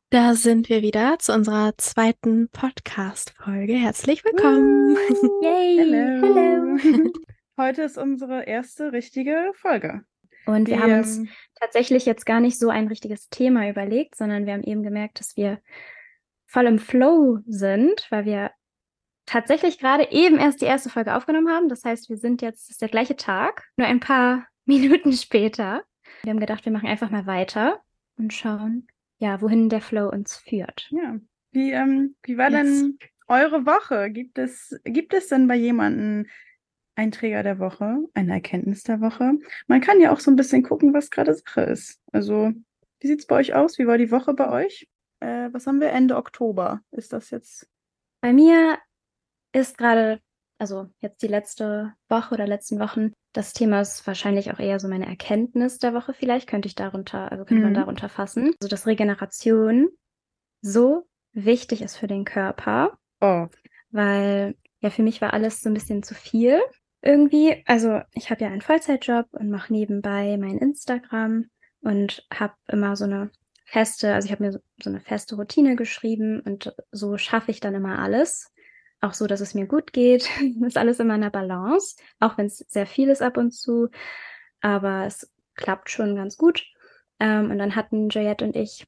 Da sind wir wieder zu unserer zweiten Podcast-Folge. Herzlich willkommen. Yay, hello. Hello. Heute ist unsere erste richtige Folge. Und wir Die, haben uns tatsächlich jetzt gar nicht so ein richtiges Thema überlegt, sondern wir haben eben gemerkt, dass wir voll im Flow sind, weil wir tatsächlich gerade eben erst die erste Folge aufgenommen haben. Das heißt, das ist der gleiche Tag, nur ein paar Minuten später. Wir haben gedacht, wir machen einfach mal weiter und schauen, ja, wohin der Flow uns führt. Ja. Wie war Yes. denn eure Woche? Gibt es denn bei jemandem einen Träger der Woche, eine Erkenntnis der Woche? Man kann ja auch so ein bisschen gucken, was gerade Sache ist. Also, wie sieht es bei euch aus? Wie war die Woche bei euch? Was haben wir? Ende Oktober ist das jetzt? Bei mir ist gerade, also jetzt die letzte Woche oder letzten Wochen, das Thema ist wahrscheinlich auch eher so meine Erkenntnis der Woche vielleicht, könnte man darunter fassen. Also, dass Regeneration so wichtig ist für den Körper, Oh, weil ja für mich war alles so ein bisschen zu viel irgendwie. Also ich habe ja einen Vollzeitjob und mache nebenbei mein Instagram und habe immer also ich habe mir so eine feste Routine geschrieben und so schaffe ich dann immer alles. Auch so, dass es mir gut geht. Ist alles immer in der Balance, auch wenn es sehr viel ist ab und zu. Aber es klappt schon ganz gut. Und dann hatten Juliette und ich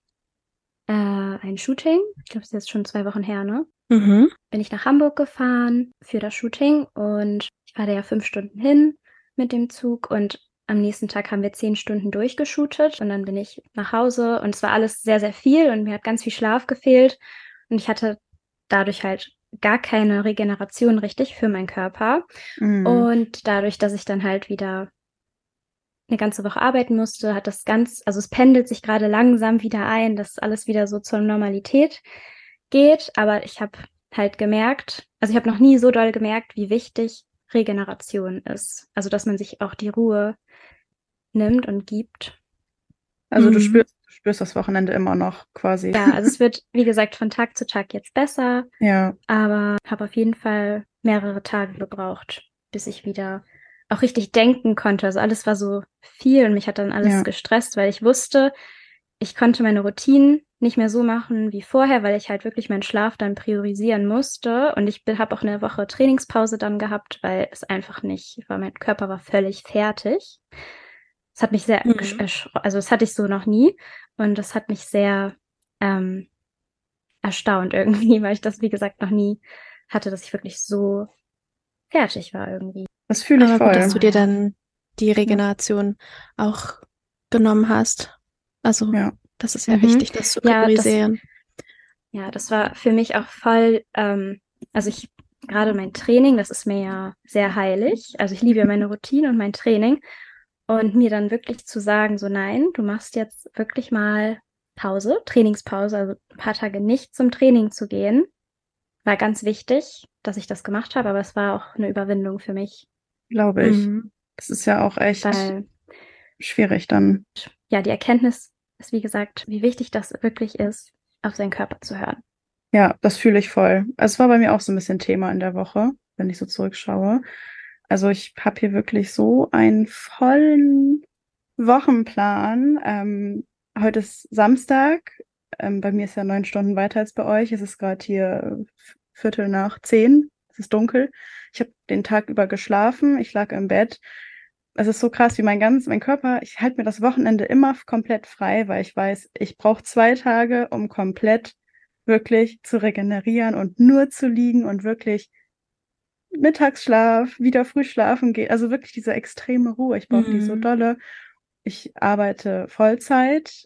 ein Shooting. Ich glaube, es ist jetzt schon 2 Wochen her, ne? Mhm. Bin ich nach Hamburg gefahren für das Shooting und ich war da ja 5 Stunden hin mit dem Zug und am nächsten Tag haben wir 10 Stunden durchgeshootet und dann bin ich nach Hause und es war alles sehr, sehr viel und mir hat ganz viel Schlaf gefehlt und ich hatte dadurch halt gar keine Regeneration richtig für meinen Körper. Und dadurch, dass ich dann halt wieder eine ganze Woche arbeiten musste, also es pendelt sich gerade langsam wieder ein, dass alles wieder so zur Normalität geht. Aber ich habe halt gemerkt, also ich habe noch nie so doll gemerkt, wie wichtig Regeneration ist. Also, dass man sich auch die Ruhe nimmt und gibt. Also du Mhm. spürst das Wochenende immer noch quasi. Ja, also es wird, wie gesagt, von Tag zu Tag jetzt besser, Ja, aber habe auf jeden Fall mehrere Tage gebraucht, bis ich wieder auch richtig denken konnte. Also alles war so viel und mich hat dann alles ja. gestresst, weil ich wusste, ich konnte meine Routinen nicht mehr so machen wie vorher, weil ich halt wirklich meinen Schlaf dann priorisieren musste. Und ich habe auch eine Woche Trainingspause dann gehabt, weil es einfach nicht, weil mein Körper war völlig fertig. Es hat mich sehr, Mhm. also das hatte ich so noch nie. Und das hat mich sehr ähm, erstaunt irgendwie, weil ich das, wie gesagt, noch nie hatte, dass ich wirklich so fertig war irgendwie. Das fühle ich Aber gut, dass du voll. dir dann die Ja, Regeneration auch genommen hast. Also, ja. das ist ja Mhm. wichtig, das zu Ja, priorisieren. das war für mich auch voll, also gerade mein Training, das ist mir ja sehr heilig. Also ich liebe ja meine Routine und mein Training. Und mir dann wirklich zu sagen, so nein, du machst jetzt wirklich mal Pause, Trainingspause, also ein paar Tage nicht zum Training zu gehen, war ganz wichtig, dass ich das gemacht habe, aber es war auch eine Überwindung für mich, Glaube ich. Mhm. Das ist ja auch echt weil schwierig dann. ja, die Erkenntnis ist, wie gesagt, wie wichtig das wirklich ist, auf seinen Körper zu hören. Ja, das fühle ich voll. Also es war bei mir auch so ein bisschen Thema in der Woche, wenn ich so zurückschaue. Also ich habe hier wirklich so einen vollen Wochenplan. Heute ist Samstag. Bei mir ist ja 9 Stunden weiter als bei euch. Es ist gerade hier Viertel nach 10. Es ist dunkel. Ich habe den Tag über geschlafen. Ich lag im Bett. Es ist so krass, wie mein Körper, ich halte mir das Wochenende immer komplett frei, weil ich weiß, ich brauche 2 Tage, um komplett wirklich zu regenerieren und nur zu liegen und wirklich Mittagsschlaf, wieder früh schlafen gehen. Also wirklich diese extreme Ruhe. Ich brauche die so Mhm. dolle. Ich arbeite Vollzeit.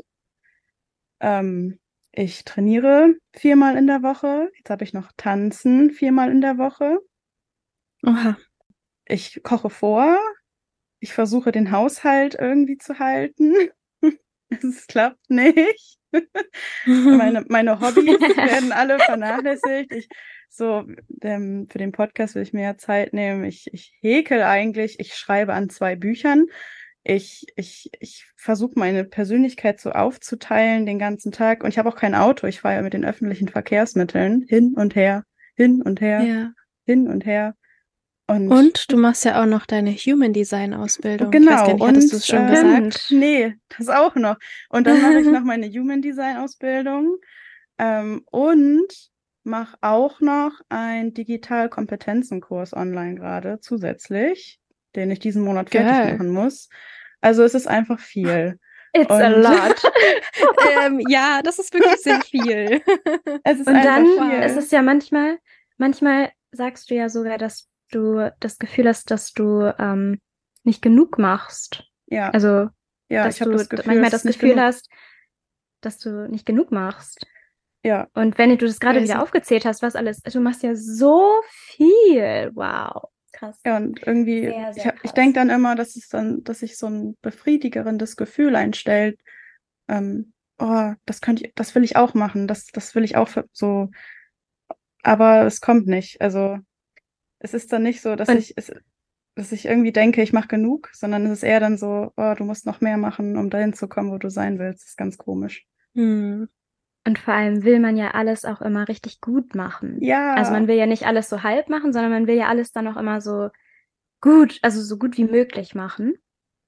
Ich trainiere 4-mal in der Woche. Jetzt habe ich noch Tanzen 4-mal in der Woche. Oha. Ich koche vor. Ich versuche den Haushalt irgendwie zu halten. Es klappt nicht. Meine Hobbys werden alle vernachlässigt. Für den Podcast will ich mir ja Zeit nehmen. Ich häkel eigentlich. Ich schreibe an 2 Büchern. Ich versuche meine Persönlichkeit so aufzuteilen den ganzen Tag. Und ich habe auch kein Auto. Ich fahre ja mit den öffentlichen Verkehrsmitteln hin und her, hin und her, Ja. hin und her. Und du machst ja auch noch deine Human Design Ausbildung. Ich weiß genau, gar nicht, hattest du es schon gesagt? Nee, das auch noch. Und dann mache ich noch meine Human Design Ausbildung und mache auch noch einen Digital-Kompetenzenkurs online gerade zusätzlich, den ich diesen Monat fertig machen muss. Also es ist einfach viel. It's a lot. Ja, das ist wirklich sehr viel. Es ist Und einfach dann viel. ist es ja manchmal sagst du ja sogar, dass du das Gefühl hast, dass du nicht genug machst. Ja. Also, Ja, dass ich habe du das Gefühl, manchmal dass das Gefühl hast, dass du nicht genug machst. Ja. Und wenn du das gerade wieder aufgezählt hast, was alles, du machst ja so viel. Wow. Krass. Ja, und irgendwie, Sehr, sehr ich krass. denke dann immer, dass sich so ein befriedigendes Gefühl einstellt. Das will ich auch machen, das will ich auch so, aber es kommt nicht. Also es ist dann nicht so, dass ich irgendwie denke, ich mache genug, sondern es ist eher dann so, du musst noch mehr machen, um dahin zu kommen, wo du sein willst. Das ist ganz komisch. Und vor allem will man ja alles auch immer richtig gut machen. Ja. Also man will ja nicht alles so halb machen, sondern man will ja alles dann auch immer so gut, also so gut wie möglich machen.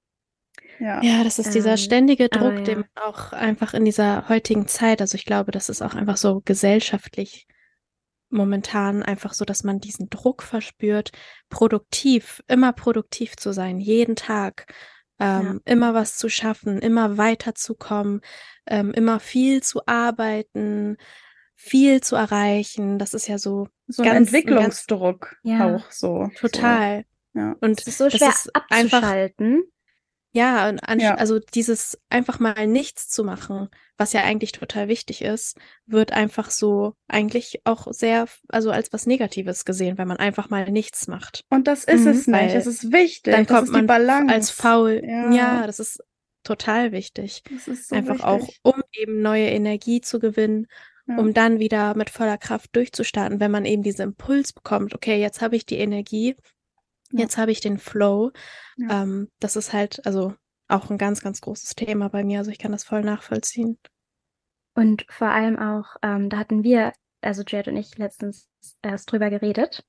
Ja, das ist dieser ständige Druck, ja. den man auch einfach in dieser heutigen Zeit, also ich glaube, das ist auch einfach so gesellschaftlich momentan einfach so, dass man diesen Druck verspürt, immer produktiv zu sein, jeden Tag, immer was zu schaffen, immer weiterzukommen, immer viel zu arbeiten, viel zu erreichen. Das ist ja so ein Entwicklungsdruck auch so. Total. So. Ja. Und es ist so schwer abzuschalten. Ja, und also dieses einfach mal nichts zu machen, was ja eigentlich total wichtig ist, wird einfach so eigentlich auch sehr, also als was Negatives gesehen, wenn man einfach mal nichts macht. Und das ist es nicht. Es ist wichtig. Dann kommt das ist die man Balance. als faul. Ja, das ist total wichtig. Das ist so einfach wichtig. Auch, um eben neue Energie zu gewinnen, um dann wieder mit voller Kraft durchzustarten, wenn man eben diesen Impuls bekommt, okay, jetzt habe ich die Energie, jetzt habe ich den Flow. Das ist halt also auch ein ganz, ganz großes Thema bei mir. Also ich kann das voll nachvollziehen. Und vor allem auch, da hatten wir, also Jade und ich, letztens erst drüber geredet,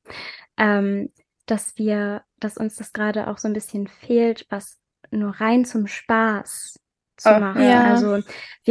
dass uns das gerade auch so ein bisschen fehlt, was nur rein zum Spaß zu machen. Ja, also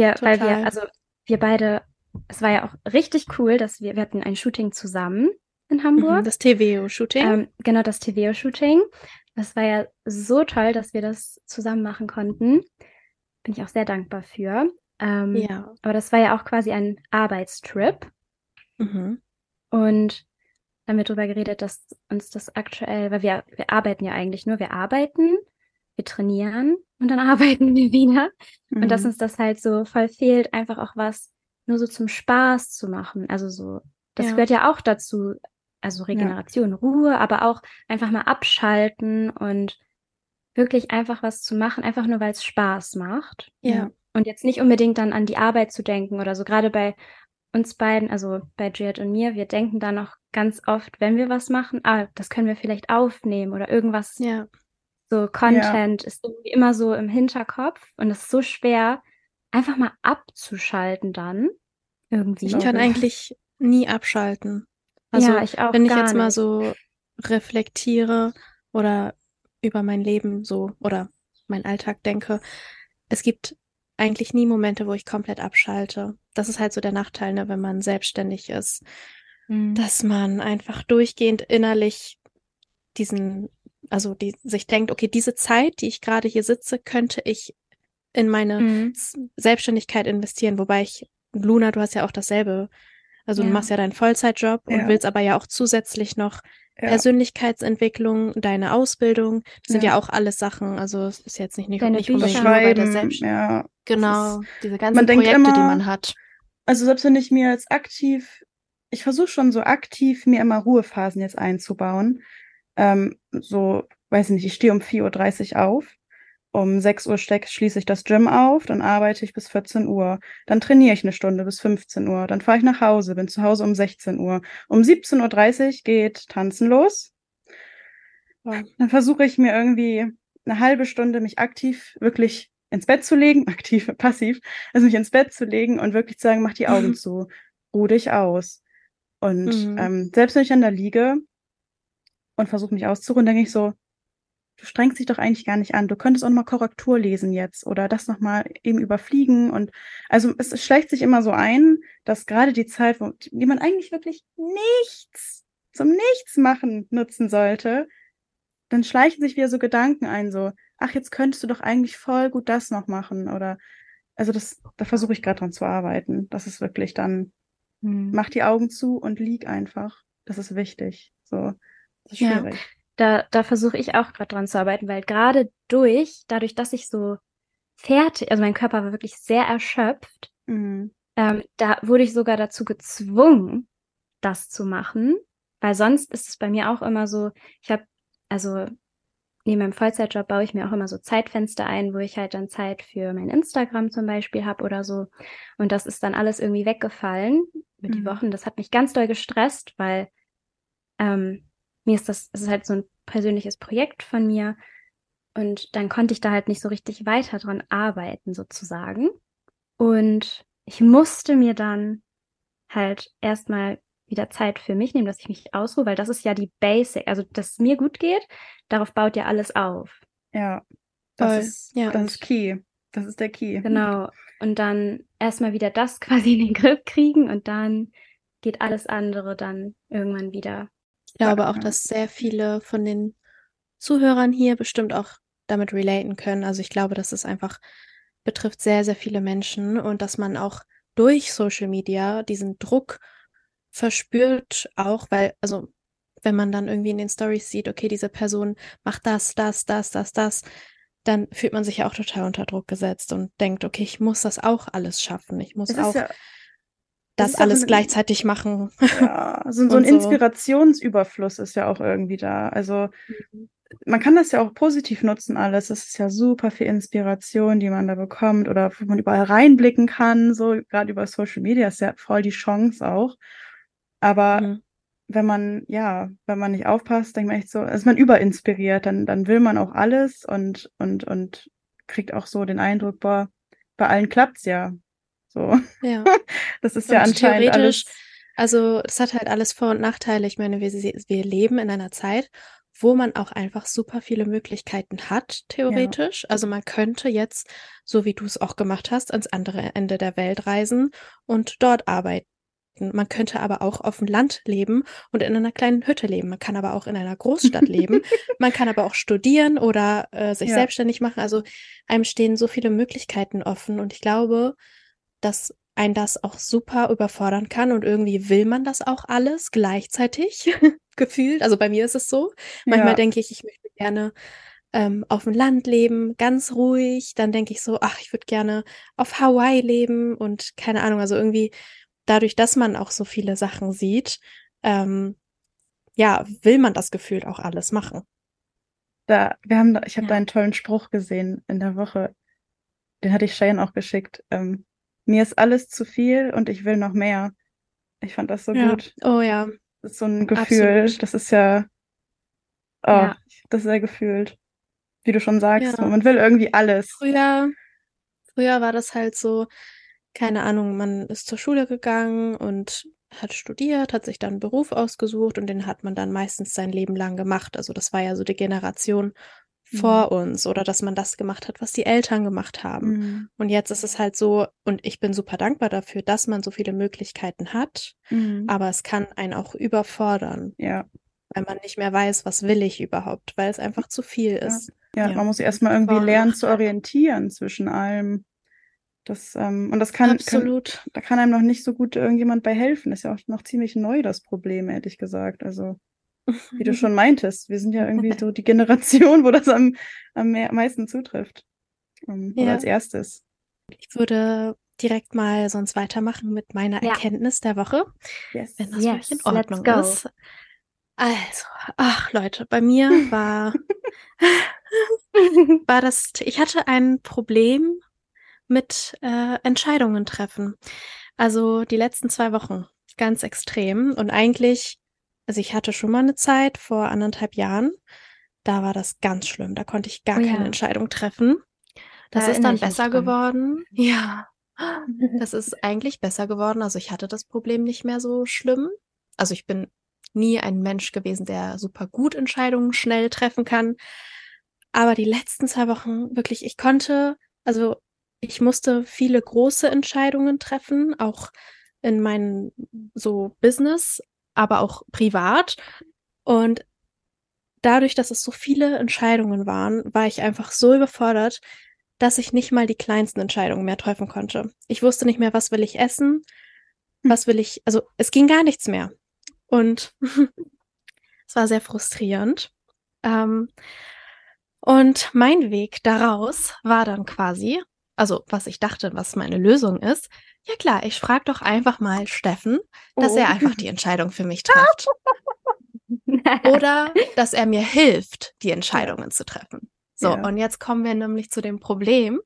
wir beide, es war ja auch richtig cool, dass wir hatten ein Shooting zusammen in Hamburg. Das TVO-Shooting. Genau, das TVO-Shooting. Das war ja so toll, dass wir das zusammen machen konnten. Bin ich auch sehr dankbar für. Aber das war ja auch quasi ein Arbeitstrip. Und dann haben wir darüber geredet, dass uns das aktuell, weil wir arbeiten ja eigentlich nur, wir arbeiten, wir trainieren und dann arbeiten wir wieder. Und dass uns das halt so voll fehlt, einfach auch was nur so zum Spaß zu machen. Also so, das gehört ja auch dazu, also Regeneration, Ruhe, aber auch einfach mal abschalten und wirklich einfach was zu machen, einfach nur, weil es Spaß macht. Ja. Und jetzt nicht unbedingt dann an die Arbeit zu denken oder so. Gerade bei uns beiden, also bei Jade und mir, wir denken da noch ganz oft, wenn wir was machen, das können wir vielleicht aufnehmen oder irgendwas. So Content ist irgendwie immer so im Hinterkopf und es ist so schwer, einfach mal abzuschalten dann irgendwie. Ich kann eigentlich nie abschalten. Also ich auch wenn ich gar jetzt mal nicht. so reflektiere oder über mein Leben so oder meinen Alltag denke, es gibt eigentlich nie Momente, wo ich komplett abschalte. Das ist halt so der Nachteil, ne, wenn man selbstständig ist, dass man einfach durchgehend innerlich sich denkt, okay, diese Zeit, die ich gerade hier sitze, könnte ich in meine Selbstständigkeit investieren. Wobei Luna, du hast ja auch dasselbe. Also du machst ja deinen Vollzeitjob und willst aber ja auch zusätzlich noch Persönlichkeitsentwicklung, deine Ausbildung. Das sind ja auch alles Sachen. Also es ist jetzt nicht unbedingt nur bei der Selbstständigkeit. Genau, diese ganzen Projekte, die man hat. Also selbst wenn ich mir jetzt ich versuche schon so aktiv mir immer Ruhephasen jetzt einzubauen. So, weiß nicht, ich stehe um 4:30 Uhr auf. Um 6 Uhr schließe ich das Gym auf, dann arbeite ich bis 14 Uhr. Dann trainiere ich eine Stunde bis 15 Uhr. Dann fahre ich nach Hause, bin zu Hause um 16 Uhr. Um 17:30 Uhr geht Tanzen los. Dann versuche ich mir irgendwie eine halbe Stunde mich aktiv wirklich ins Bett zu legen, aktiv, passiv, also mich ins Bett zu legen und wirklich zu sagen, mach die Augen zu, ruh dich aus. Und selbst wenn ich dann da liege und versuche mich auszuruhen, denke ich so, du strengst dich doch eigentlich gar nicht an. Du könntest auch nochmal Korrektur lesen jetzt oder das nochmal eben überfliegen. Und also es schleicht sich immer so ein, dass gerade die Zeit, die man eigentlich wirklich nichts zum Nichtsmachen nutzen sollte, dann schleichen sich wieder so Gedanken ein, so, ach, jetzt könntest du doch eigentlich voll gut das noch machen. Oder also da versuche ich gerade dran zu arbeiten. Das ist wirklich dann, mach die Augen zu und lieg einfach. Das ist wichtig. So, das ist schwierig. Da versuche ich auch gerade dran zu arbeiten, weil gerade dadurch, dass ich so fertig, also mein Körper war wirklich sehr erschöpft, da wurde ich sogar dazu gezwungen, das zu machen, weil sonst ist es bei mir auch immer so, also neben meinem Vollzeitjob baue ich mir auch immer so Zeitfenster ein, wo ich halt dann Zeit für mein Instagram zum Beispiel habe oder so. Und das ist dann alles irgendwie weggefallen mit die Wochen. Das hat mich ganz doll gestresst, weil es ist halt so ein persönliches Projekt von mir. Und dann konnte ich da halt nicht so richtig weiter dran arbeiten, sozusagen. Und ich musste mir dann halt erstmal wieder Zeit für mich nehmen, dass ich mich ausruhe, weil das ist ja die Basic, also dass es mir gut geht, darauf baut ja alles auf. Ja, das ist Key. Das ist der Key. Genau. Und dann erstmal wieder das quasi in den Griff kriegen und dann geht alles andere dann irgendwann wieder. Ich glaube auch, dass sehr viele von den Zuhörern hier bestimmt auch damit relaten können. Also ich glaube, dass es einfach betrifft sehr, sehr viele Menschen und dass man auch durch Social Media diesen Druck verspürt auch, weil, also wenn man dann irgendwie in den Stories sieht, okay, diese Person macht das, dann fühlt man sich ja auch total unter Druck gesetzt und denkt, okay, ich muss das auch alles schaffen. Ich muss auch das alles gleichzeitig machen. Ja, so ein Inspirationsüberfluss ist ja auch irgendwie da. Also man kann das ja auch positiv nutzen alles. Es ist ja super viel Inspiration, die man da bekommt oder wo man überall reinblicken kann. So gerade über Social Media ist ja voll die Chance auch. Aber wenn man nicht aufpasst, denkt man echt so, ist man überinspiriert, dann will man auch alles und kriegt auch so den Eindruck, boah, bei allen klappt's ja. So. Ja. Das ist ja anscheinend alles. Also das hat halt alles Vor- und Nachteile. Ich meine, wir leben in einer Zeit, wo man auch einfach super viele Möglichkeiten hat, theoretisch. Ja. Also man könnte jetzt, so wie du es auch gemacht hast, ans andere Ende der Welt reisen und dort arbeiten. Man könnte aber auch auf dem Land leben und in einer kleinen Hütte leben. Man kann aber auch in einer Großstadt leben. Man kann aber auch studieren oder sich selbstständig machen. Also einem stehen so viele Möglichkeiten offen. Und ich glaube, dass ein das auch super überfordern kann und irgendwie will man das auch alles gleichzeitig gefühlt. Also bei mir ist es so. Manchmal denke ich möchte gerne auf dem Land leben, ganz ruhig. Dann denke ich so, ach, ich würde gerne auf Hawaii leben und keine Ahnung, also irgendwie dadurch, dass man auch so viele Sachen sieht, will man das gefühlt auch alles machen. Ich habe da einen tollen Spruch gesehen in der Woche. Den hatte ich Cheyenne auch geschickt. Mir ist alles zu viel und ich will noch mehr. Ich fand das so gut. Oh ja. Das ist so ein Gefühl. Absolut. Das ist das ist sehr gefühlt. Wie du schon sagst, man will irgendwie alles. Früher war das halt so, keine Ahnung, man ist zur Schule gegangen und hat studiert, hat sich dann einen Beruf ausgesucht und den hat man dann meistens sein Leben lang gemacht. Also das war ja so die Generation vor uns oder dass man das gemacht hat, was die Eltern gemacht haben. Und jetzt ist es halt so, und ich bin super dankbar dafür, dass man so viele Möglichkeiten hat, aber es kann einen auch überfordern. Ja. Weil man nicht mehr weiß, was will ich überhaupt, weil es einfach zu viel ist. Ja, man muss erstmal irgendwie lernen zu orientieren zwischen allem. Und das kann einem noch nicht so gut irgendjemand bei helfen. Ist ja auch noch ziemlich neu, das Problem, ehrlich gesagt. Also, wie du schon meintest, wir sind ja irgendwie so die Generation, wo das am meisten zutrifft. Oder als erstes. Ich würde direkt mal sonst weitermachen mit meiner Erkenntnis der Woche. Yes. Wenn das wirklich in Ordnung ist. Also, ach Leute, bei mir war ich hatte ein Problem mit Entscheidungen treffen. Also die letzten 2 Wochen ganz extrem und eigentlich, also ich hatte schon mal eine Zeit vor 1,5 Jahren, da war das ganz schlimm, da konnte ich gar keine Entscheidung treffen. Das ist dann besser geworden. Ja, das ist eigentlich besser geworden. Also ich hatte das Problem nicht mehr so schlimm. Also ich bin nie ein Mensch gewesen, der super gut Entscheidungen schnell treffen kann. Aber die letzten 2 Wochen wirklich, ich musste viele große Entscheidungen treffen, auch in meinem so Business, aber auch privat. Und dadurch, dass es so viele Entscheidungen waren, war ich einfach so überfordert, dass ich nicht mal die kleinsten Entscheidungen mehr treffen konnte. Ich wusste nicht mehr, was will ich essen, also es ging gar nichts mehr. Und es war sehr frustrierend. Und mein Weg daraus war dann quasi, also was ich dachte, was meine Lösung ist, ja klar, ich frage doch einfach mal Steffen, dass er einfach die Entscheidung für mich trifft. Oder dass er mir hilft, die Entscheidungen zu treffen. So, und jetzt kommen wir nämlich zu dem Problem,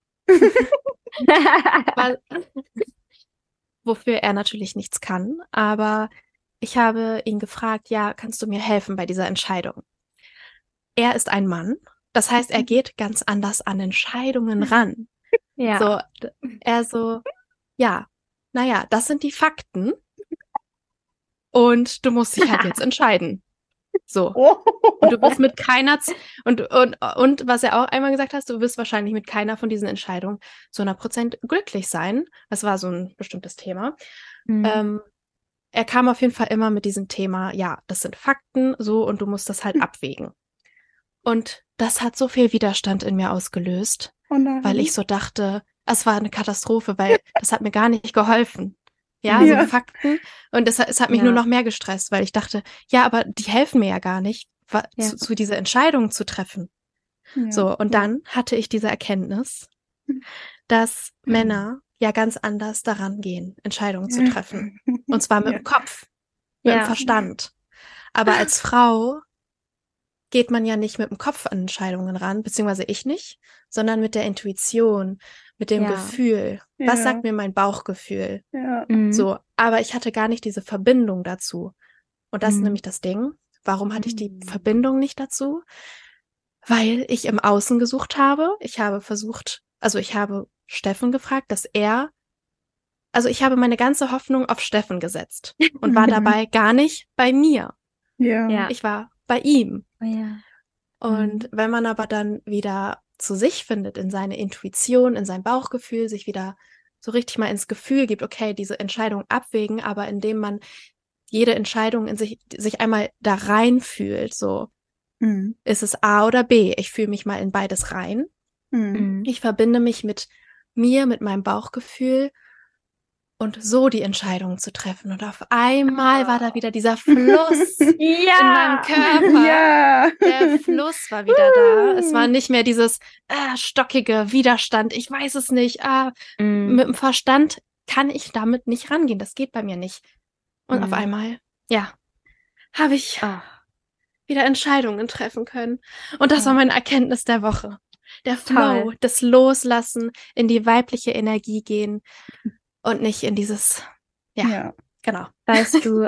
wofür er natürlich nichts kann, aber ich habe ihn gefragt, ja, kannst du mir helfen bei dieser Entscheidung? Er ist ein Mann, das heißt, er geht ganz anders an Entscheidungen ran. Ja. Naja, das sind die Fakten und du musst dich halt jetzt entscheiden. So. Und du bist mit keiner, und was er auch einmal gesagt hat, du wirst wahrscheinlich mit keiner von diesen Entscheidungen zu 100% glücklich sein. Das war so ein bestimmtes Thema. Er kam auf jeden Fall immer mit diesem Thema, ja, das sind Fakten, so, und du musst das halt abwägen. Und das hat so viel Widerstand in mir ausgelöst, weil ich so dachte, es war eine Katastrophe, weil das hat mir gar nicht geholfen. Ja, so Fakten. Und es hat mich nur noch mehr gestresst, weil ich dachte, ja, aber die helfen mir ja gar nicht, zu dieser Entscheidung zu treffen. Ja. So, und dann hatte ich diese Erkenntnis, dass Männer ja ganz anders daran gehen, Entscheidungen zu treffen. Und zwar mit dem Kopf, mit dem Verstand. Aber als Frau geht man ja nicht mit dem Kopf an Entscheidungen ran, beziehungsweise ich nicht, sondern mit der Intuition, mit dem Gefühl. Was sagt mir mein Bauchgefühl? Ja. So, aber ich hatte gar nicht diese Verbindung dazu. Und das ist nämlich das Ding. Warum hatte ich die Verbindung nicht dazu? Weil ich im Außen gesucht habe. Ich habe Steffen gefragt, ich habe meine ganze Hoffnung auf Steffen gesetzt und war dabei gar nicht bei mir. Ja. Ich war bei ihm. Ja. Und wenn man aber dann wieder zu sich findet, in seine Intuition, in sein Bauchgefühl, sich wieder so richtig mal ins Gefühl gibt, okay, diese Entscheidung abwägen, aber indem man jede Entscheidung in sich einmal da reinfühlt, so ist es A oder B. Ich fühle mich mal in beides rein. Ich verbinde mich mit mir, mit meinem Bauchgefühl und so die Entscheidung zu treffen. Und auf einmal war da wieder dieser Fluss in meinem Körper. Ja. Der Fluss war wieder da. Es war nicht mehr dieses stockige Widerstand. Ich weiß es nicht. Mit dem Verstand kann ich damit nicht rangehen. Das geht bei mir nicht. Und auf einmal, habe ich wieder Entscheidungen treffen können. Und das war meine Erkenntnis der Woche. Der Flow, das Loslassen, in die weibliche Energie gehen. Und nicht in dieses, genau. Weißt du,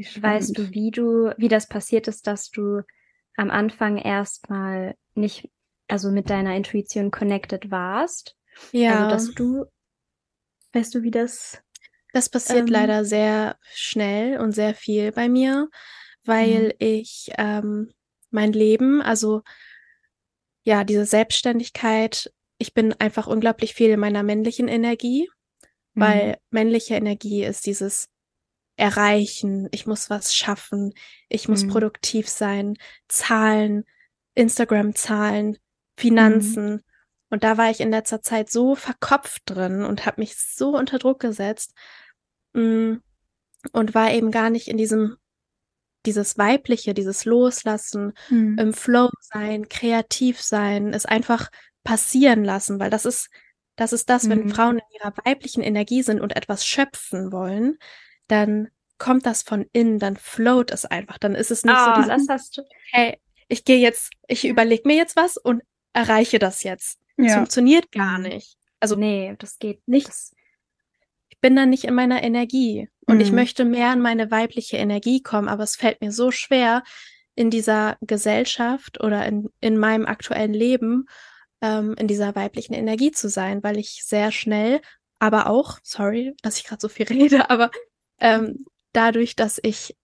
wie das passiert ist, dass du am Anfang erstmal nicht, also mit deiner Intuition connected warst? Ja. Also, weißt du, wie das? Das passiert leider sehr schnell und sehr viel bei mir, weil ich mein Leben, also diese Selbstständigkeit, ich bin einfach unglaublich viel in meiner männlichen Energie. Weil männliche Energie ist dieses Erreichen, ich muss was schaffen, ich muss produktiv sein, Zahlen, Instagram-Zahlen, Finanzen. Und da war ich in letzter Zeit so verkopft drin und habe mich so unter Druck gesetzt und war eben gar nicht in dieses Weibliche, dieses Loslassen, im Flow sein, kreativ sein, es einfach passieren lassen, weil das ist das, wenn Frauen in ihrer weiblichen Energie sind und etwas schöpfen wollen, dann kommt das von innen, dann float es einfach. Dann ist es nicht so dieses, hey, ich überlege mir jetzt was und erreiche das jetzt. Das funktioniert gar nicht. Also, nee, das geht nicht. Ich bin dann nicht in meiner Energie und ich möchte mehr in meine weibliche Energie kommen, aber es fällt mir so schwer in dieser Gesellschaft oder in meinem aktuellen Leben, in dieser weiblichen Energie zu sein, weil ich sehr schnell, aber auch, sorry, dass ich gerade so viel rede, aber dadurch, dass ich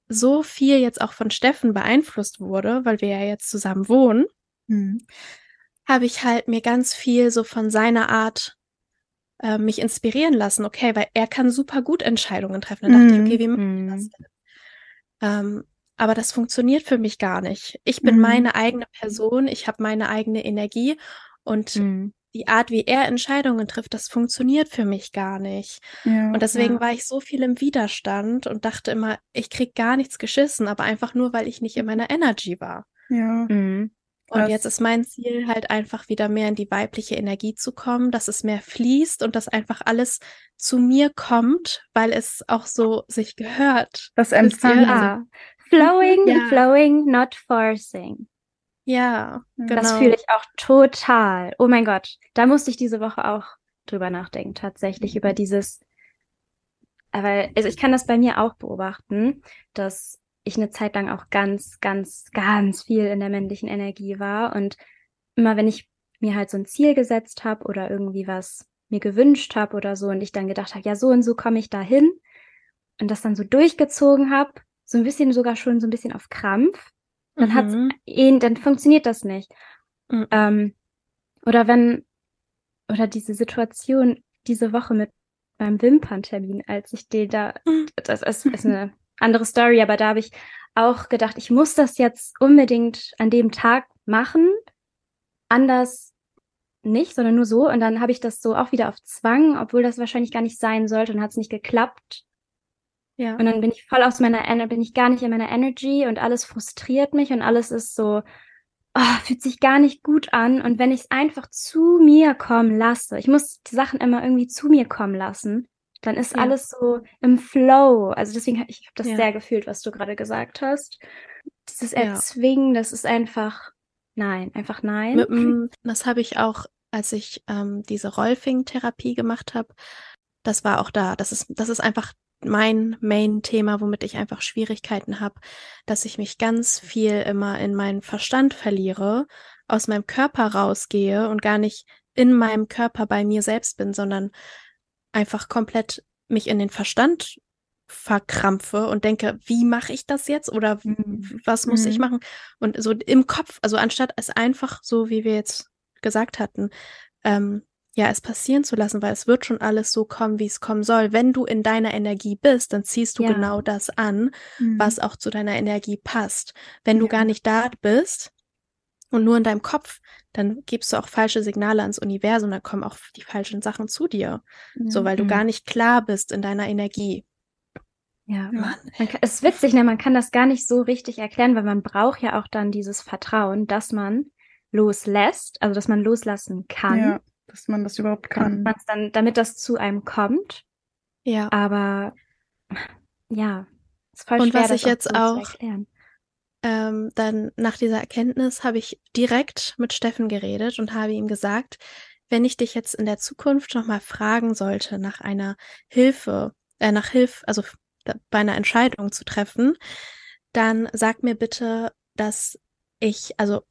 so viel jetzt auch von Steffen beeinflusst wurde, weil wir ja jetzt zusammen wohnen, habe ich halt mir ganz viel so von seiner Art mich inspirieren lassen. Okay, weil er kann super gut Entscheidungen treffen. Dann dachte ich, okay, wie machen wir das jetzt? Aber das funktioniert für mich gar nicht. Ich bin meine eigene Person, ich habe meine eigene Energie und die Art, wie er Entscheidungen trifft, das funktioniert für mich gar nicht. Ja, und deswegen war ich so viel im Widerstand und dachte immer, ich krieg gar nichts geschissen, aber einfach nur, weil ich nicht in meiner Energy war. ja. Und jetzt ist mein Ziel halt einfach wieder mehr in die weibliche Energie zu kommen, dass es mehr fließt und dass einfach alles zu mir kommt, weil es auch so sich gehört. Das Wisst ihr? Empfangen. Ja. Flowing, Ja. flowing, not forcing. Ja, genau. Das fühle ich auch total. Oh mein Gott, da musste ich diese Woche auch drüber nachdenken, tatsächlich über dieses, aber also ich kann das bei mir auch beobachten, dass ich eine Zeit lang auch ganz, ganz, ganz viel in der männlichen Energie war und immer wenn ich mir halt so ein Ziel gesetzt habe oder irgendwie was mir gewünscht habe oder so und ich dann gedacht habe, ja, so und so komme ich da hin und das dann so durchgezogen habe, so ein bisschen sogar schon so ein bisschen auf Krampf, dann dann funktioniert das nicht. Oder diese Situation diese Woche mit meinem Wimperntermin, als ich den da, das ist eine andere Story, aber da habe ich auch gedacht, ich muss das jetzt unbedingt an dem Tag machen, anders nicht, sondern nur so. Und dann habe ich das so auch wieder auf Zwang, obwohl das wahrscheinlich gar nicht sein sollte und hat es nicht geklappt. Ja. Und dann bin ich voll bin ich gar nicht in meiner Energy und alles frustriert mich und alles ist so, fühlt sich gar nicht gut an. Und wenn ich es einfach zu mir kommen lasse, ich muss die Sachen immer irgendwie zu mir kommen lassen, dann ist alles so im Flow. Also deswegen ich habe das sehr gefühlt, was du gerade gesagt hast. Dieses Erzwingen, das ist einfach einfach nein. Das habe ich auch, als ich diese Rolfing-Therapie gemacht habe. Das war auch da. Das ist einfach mein Main-Thema, womit ich einfach Schwierigkeiten habe, dass ich mich ganz viel immer in meinen Verstand verliere, aus meinem Körper rausgehe und gar nicht in meinem Körper bei mir selbst bin, sondern einfach komplett mich in den Verstand verkrampfe und denke, wie mache ich das jetzt oder was muss ich machen? Und so im Kopf, also anstatt es einfach so, wie wir jetzt gesagt hatten, es passieren zu lassen, weil es wird schon alles so kommen, wie es kommen soll. Wenn du in deiner Energie bist, dann ziehst du genau das an, was auch zu deiner Energie passt. Wenn du gar nicht da bist und nur in deinem Kopf, dann gibst du auch falsche Signale ans Universum, dann kommen auch die falschen Sachen zu dir. So, weil du gar nicht klar bist in deiner Energie. Ja, es ist witzig, ne? Man kann das gar nicht so richtig erklären, weil man braucht ja auch dann dieses Vertrauen, dass man loslässt, also dass man loslassen kann. Ja, dass man das überhaupt kann. Damit das zu einem kommt. Ja. Aber ja, ist voll und schwer, was das ich jetzt so auch zu erklären. Dann nach dieser Erkenntnis habe ich direkt mit Steffen geredet und habe ihm gesagt, wenn ich dich jetzt in der Zukunft nochmal fragen sollte nach einer nach Hilfe, also bei einer Entscheidung zu treffen, dann sag mir bitte, dass ich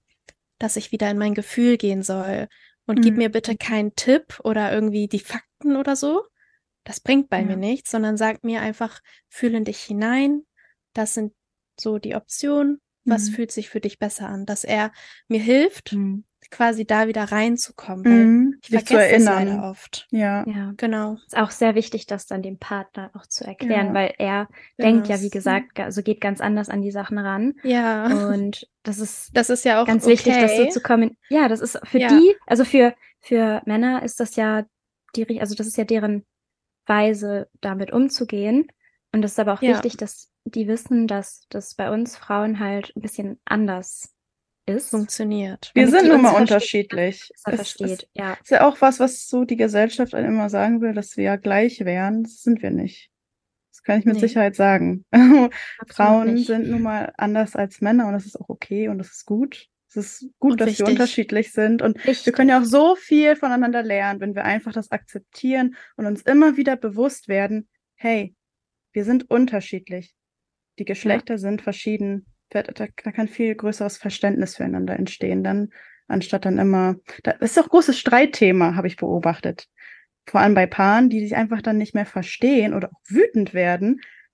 wieder in mein Gefühl gehen soll und gib mir bitte keinen Tipp oder irgendwie die Fakten oder so. Das bringt bei mir nichts, sondern sag mir einfach, fühle in dich hinein. Das sind so die Optionen. Was fühlt sich für dich besser an? Dass er mir hilft, quasi da wieder reinzukommen, weil ich vergesse es leider oft. Ja, genau. Ist auch sehr wichtig, das dann dem Partner auch zu erklären, weil er denkt ja, wie gesagt, also geht ganz anders an die Sachen ran. Ja. Und das ist ja auch ganz wichtig, das so zu kommen. Ja, das ist für die, also für Männer ist das ja also das ist ja deren Weise, damit umzugehen. Und das ist aber auch wichtig, dass die wissen, dass das bei uns Frauen halt ein bisschen anders ist. Funktioniert. Wir sind nun mal unterschiedlich. Es ist ja auch was so die Gesellschaft immer sagen will, dass wir ja gleich wären. Das sind wir nicht. Das kann ich mit Sicherheit sagen. Frauen sind nun mal anders als Männer und das ist auch okay und das ist gut. Es ist gut, dass wir unterschiedlich sind und wir können ja auch so viel voneinander lernen, wenn wir einfach das akzeptieren und uns immer wieder bewusst werden, hey, wir sind unterschiedlich. Die Geschlechter sind verschieden. Da kann viel größeres Verständnis füreinander entstehen, dann, anstatt dann immer, das ist auch ein großes Streitthema, habe ich beobachtet. Vor allem bei Paaren, die sich einfach dann nicht mehr verstehen oder auch wütend werden,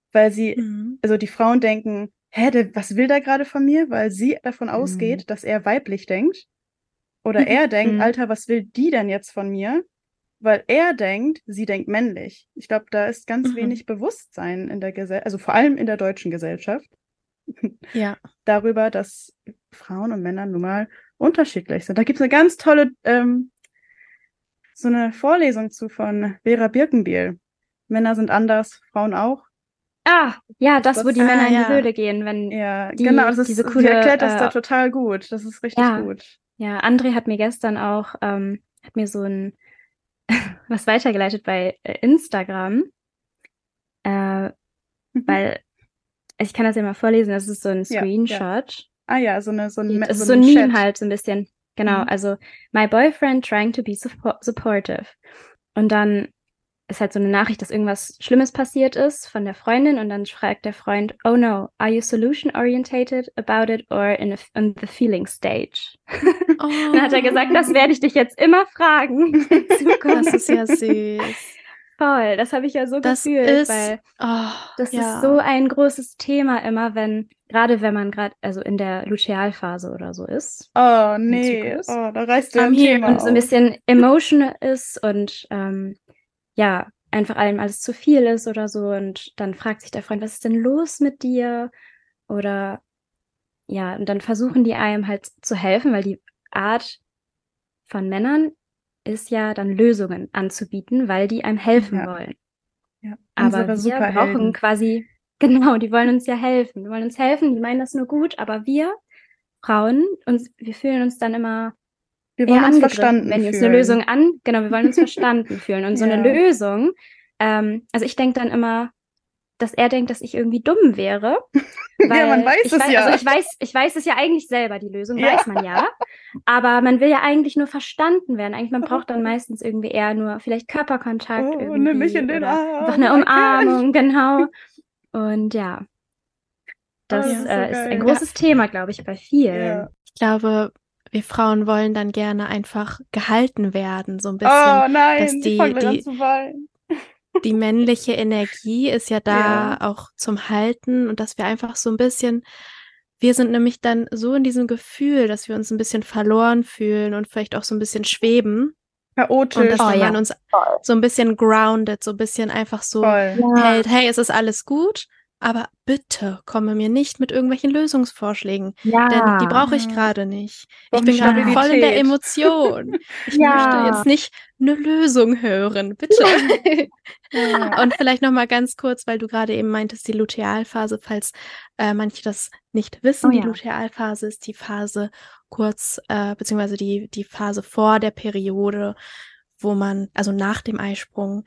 weil also die Frauen denken, was will der gerade von mir? Weil sie davon ausgeht, dass er weiblich denkt. Oder er denkt, Alter, was will die denn jetzt von mir? Weil er denkt, sie denkt männlich. Ich glaube, da ist ganz wenig Bewusstsein in der Gesellschaft, also vor allem in der deutschen Gesellschaft, darüber, dass Frauen und Männer nun mal unterschiedlich sind. Da gibt es eine ganz tolle, so eine Vorlesung von Vera Birkenbiel. Männer sind anders, Frauen auch. Ah, ja, wo die Männer in die Höhle gehen, wenn genau, diese sie erklärt das da total gut. Das ist richtig gut. Ja, André hat mir gestern auch, hat mir so was weitergeleitet bei Instagram, weil ich kann das ja mal vorlesen, das ist so ein Screenshot. Ah ja, so ein das ist so ein Meme halt, so ein bisschen. Genau, also my boyfriend trying to be supportive. Und dann ist halt so eine Nachricht, dass irgendwas Schlimmes passiert ist von der Freundin und dann fragt der Freund, oh no, are you solution-orientated about it or in the feeling stage? Oh. Und dann hat er gesagt, das werde ich dich jetzt immer fragen. Das ist ja süß. Voll, das habe ich ja so gefühlt, weil das ist so ein großes Thema immer, gerade wenn man also in der Lutealphase oder so ist. Oh nee, da reißt du ein Thema und so ein bisschen emotional ist und einfach allem alles zu viel ist oder so und dann fragt sich der Freund, was ist denn los mit dir? Oder und dann versuchen die einem halt zu helfen, weil die Art von Männern ist ja dann Lösungen anzubieten, weil die einem helfen wollen. Ja, aber wir brauchen quasi, genau, die wollen uns ja helfen. Die wollen uns helfen, die meinen das nur gut, aber wir Frauen, wir fühlen uns dann immer wir wollen uns verstanden wenn wir fühlen. uns eine Lösung wir wollen uns verstanden fühlen. Und so eine Lösung, also ich denke dann immer, dass er denkt, dass ich irgendwie dumm wäre. Weil man weiß es ja. Also ich weiß es ja eigentlich selber, die Lösung weiß man ja. Aber man will ja eigentlich nur verstanden werden. Eigentlich, man braucht dann meistens irgendwie eher nur vielleicht Körperkontakt irgendwie. Nimm mich in den Arm. Einfach eine Umarmung, genau. Und das ist ein großes Thema, glaube ich, bei vielen. Ja. Ich glaube, wir Frauen wollen dann gerne einfach gehalten werden, so ein bisschen. Oh nein, dass ich fange gleich an zu weinen. Die männliche Energie ist ja da auch zum Halten und dass wir einfach so ein bisschen, wir sind nämlich dann so in diesem Gefühl, dass wir uns ein bisschen verloren fühlen und vielleicht auch so ein bisschen schweben. Chaotisch. Und dass man uns so ein bisschen grounded, so ein bisschen einfach so hält, hey, es ist alles gut, aber bitte komme mir nicht mit irgendwelchen Lösungsvorschlägen, denn die brauche ich gerade nicht. Ich bin gerade voll in der Emotion. Ich möchte jetzt nicht eine Lösung hören, bitte. Und vielleicht noch mal ganz kurz, weil du gerade eben meintest, die Lutealphase, falls manche das nicht wissen, die Lutealphase ist die Phase beziehungsweise die Phase vor der Periode, wo man, also nach dem Eisprung,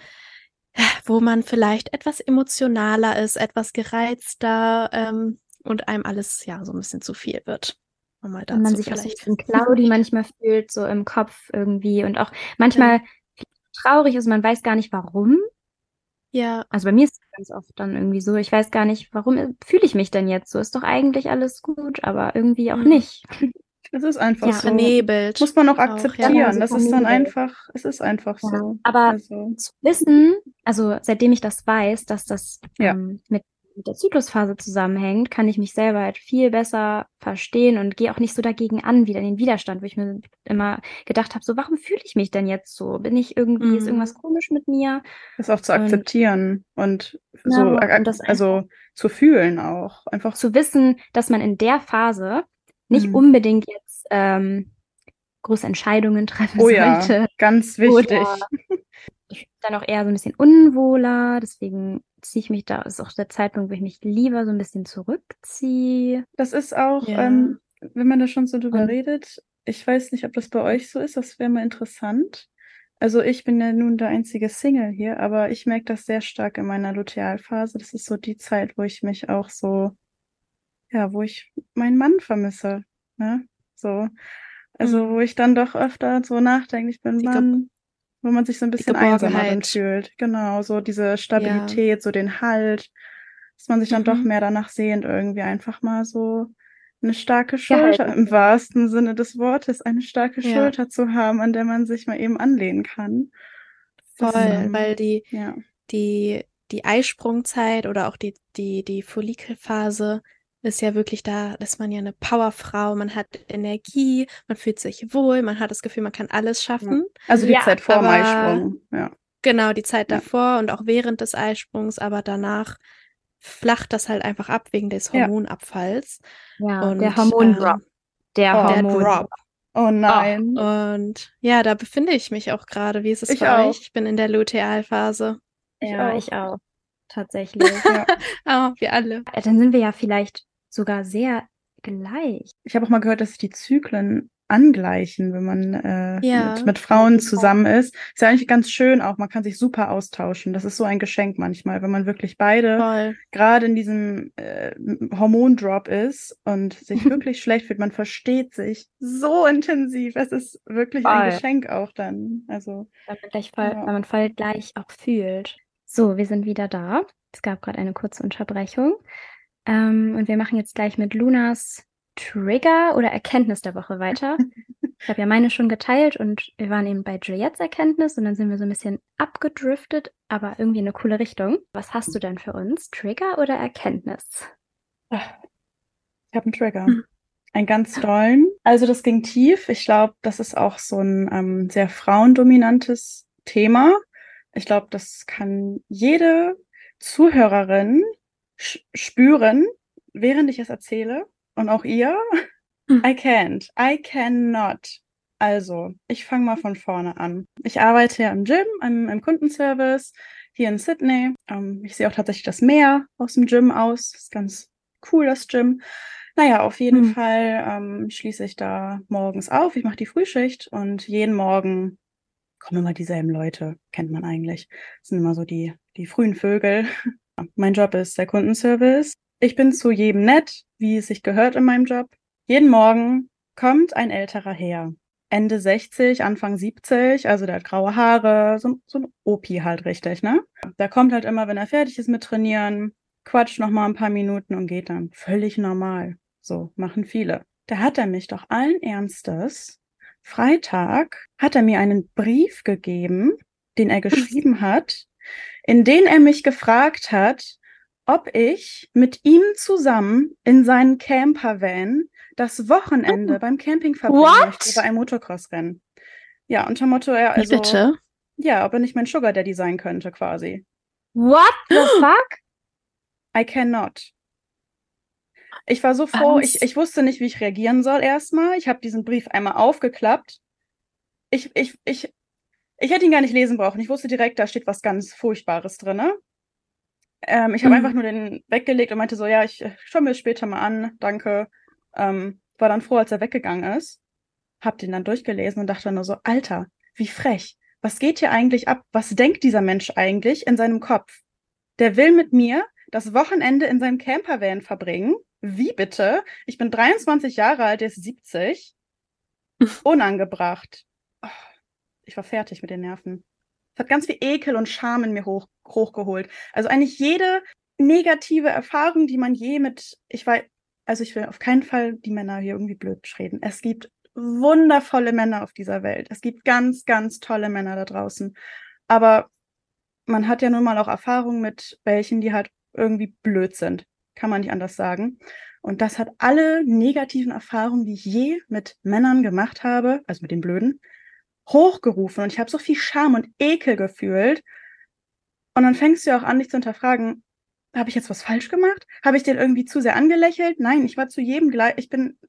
wo man vielleicht etwas emotionaler ist, etwas gereizter und einem alles so ein bisschen zu viel wird. Und man sich auch so ein bisschen cloudy manchmal fühlt, so im Kopf irgendwie und auch manchmal traurig ist, man weiß gar nicht warum. Ja. Also bei mir ist es ganz oft dann irgendwie so, ich weiß gar nicht, warum fühle ich mich denn jetzt so? Ist doch eigentlich alles gut, aber irgendwie auch nicht. Es ist einfach so. Vernebelt. Muss man auch akzeptieren. Das ist dann einfach, es ist einfach so. Aber zu wissen, also seitdem ich das weiß, dass das mit der Zyklusphase zusammenhängt, kann ich mich selber halt viel besser verstehen und gehe auch nicht so dagegen an, wieder in den Widerstand, wo ich mir immer gedacht habe, so, warum fühle ich mich denn jetzt so? Bin ich irgendwie, ist irgendwas komisch mit mir? Das auch zu akzeptieren und so, also zu fühlen auch. Einfach zu wissen, dass man in der Phase nicht unbedingt jetzt große Entscheidungen treffen sollte. Ja, ganz wichtig. Ich bin dann auch eher so ein bisschen unwohler, deswegen ziehe ich mich ist auch der Zeitpunkt, wo ich mich lieber so ein bisschen zurückziehe. Das ist auch, wenn man da schon so drüber redet, ich weiß nicht, ob das bei euch so ist, das wäre mal interessant. Also ich bin ja nun der einzige Single hier, aber ich merke das sehr stark in meiner Lutealphase. Das ist so die Zeit, wo ich mich auch so, wo ich meinen Mann vermisse, ne? So. Also wo ich dann doch öfter so nachdenke, ich bin Mann, wo man sich so ein bisschen einsamer dann fühlt. Genau, so diese Stabilität, so den Halt, dass man sich dann doch mehr danach sehnt, irgendwie einfach mal so eine starke Schulter, im wahrsten Sinne des Wortes, eine starke Schulter zu haben, an der man sich mal eben anlehnen kann. Voll, weil die die Eisprungzeit oder auch die Follikelphase ist ja wirklich, da ist man ja eine Powerfrau, man hat Energie, man fühlt sich wohl, man hat das Gefühl, man kann alles schaffen. Also die Ja, Zeit vor dem aber Eisprung, ja. genau, die Zeit Ja. davor und auch während des Eisprungs, aber danach flacht das halt einfach ab wegen des Ja. Hormonabfalls. Ja, der Und Hormondrop. Der Oh. der Hormondrop. Drop. Oh nein. Und ja, da befinde ich mich auch gerade. Wie ist es Ich bei auch. euch? Ich bin in der Lutealphase. Ich Ja, auch. ich auch. Tatsächlich. Ja. Ah, wir alle. Dann sind wir ja vielleicht sogar sehr gleich. Ich habe auch mal gehört, dass sich die Zyklen angleichen, wenn man Ja. mit Frauen zusammen ist. Ist ja eigentlich ganz schön auch. Man kann sich super austauschen. Das ist so ein Geschenk manchmal, wenn man wirklich beide Voll. gerade in diesem Hormondrop ist und sich wirklich schlecht fühlt. Man versteht sich so intensiv. Es ist wirklich ein Voll. Geschenk auch dann. Also, Weil man voll gleich auch fühlt. So, wir sind wieder da. Es gab gerade eine kurze Unterbrechung. Und wir machen jetzt gleich mit Lunas Trigger oder Erkenntnis der Woche weiter. Ich habe ja meine schon geteilt und wir waren eben bei Juliettes Erkenntnis und dann sind wir so ein bisschen abgedriftet, aber irgendwie in eine coole Richtung. Was hast du denn für uns? Trigger oder Erkenntnis? ich habe einen Trigger. Einen ganz dollen. Also das ging tief. Ich glaube, das ist auch so ein sehr frauendominantes Thema. Ich glaube, das kann jede Zuhörerin spüren, während ich es erzähle. Und auch ihr. I cannot. Also, ich fange mal von vorne an. Ich arbeite ja im Gym, im Kundenservice hier in Sydney. Ich sehe auch tatsächlich das Meer aus dem Gym aus. Das ist ganz cool, das Gym. Naja, auf jeden Fall schließe ich da morgens auf. Ich mache die Frühschicht und jeden Morgen kommen immer dieselben Leute. Kennt man eigentlich. Das sind immer so die frühen Vögel. Mein Job ist der Kundenservice. Ich bin zu jedem nett, wie es sich gehört in meinem Job. Jeden Morgen kommt ein älterer Herr. Ende 60, Anfang 70, also der hat graue Haare, so ein Opi halt richtig, ne? Der kommt halt immer, wenn er fertig ist mit Trainieren, quatscht noch mal ein paar Minuten und geht dann. Völlig normal. So machen viele. Da hat er mich doch allen Ernstes, Freitag, hat er mir einen Brief gegeben, den er geschrieben hat, in den er mich gefragt hat, ob ich mit ihm zusammen in seinen Campervan das Wochenende beim Camping verbringen möchte, bei einem Motocross-Rennen. Ja, unter Motto, Wie bitte? ja, ob er nicht mein Sugar Daddy sein könnte, quasi. What the fuck? I cannot. Ich war so froh, ich wusste nicht, wie ich reagieren soll erstmal. Ich habe diesen Brief einmal aufgeklappt. Ich hätte ihn gar nicht lesen brauchen. Ich wusste direkt, da steht was ganz Furchtbares drin. Ich habe einfach nur den weggelegt und meinte so, ja, ich schaue mir das später mal an, danke. War dann froh, als er weggegangen ist. Hab den dann durchgelesen und dachte nur so, Alter, wie frech. Was geht hier eigentlich ab? Was denkt dieser Mensch eigentlich in seinem Kopf? Der will mit mir das Wochenende in seinem Campervan verbringen. Wie bitte? Ich bin 23 Jahre alt, der ist 70. Unangebracht. Oh, ich war fertig mit den Nerven. Es hat ganz viel Ekel und Scham in mir hochgeholt. Also eigentlich jede negative Erfahrung, die man je ich will auf keinen Fall die Männer hier irgendwie blöd reden. Es gibt wundervolle Männer auf dieser Welt. Es gibt ganz, ganz tolle Männer da draußen. Aber man hat ja nun mal auch Erfahrungen mit welchen, die halt irgendwie blöd sind. Kann man nicht anders sagen. Und das hat alle negativen Erfahrungen, die ich je mit Männern gemacht habe, also mit den Blöden, hochgerufen. Und ich habe so viel Scham und Ekel gefühlt. Und dann fängst du ja auch an, dich zu hinterfragen, habe ich jetzt was falsch gemacht? Habe ich den irgendwie zu sehr angelächelt? Nein, ich war zu jedem gleich.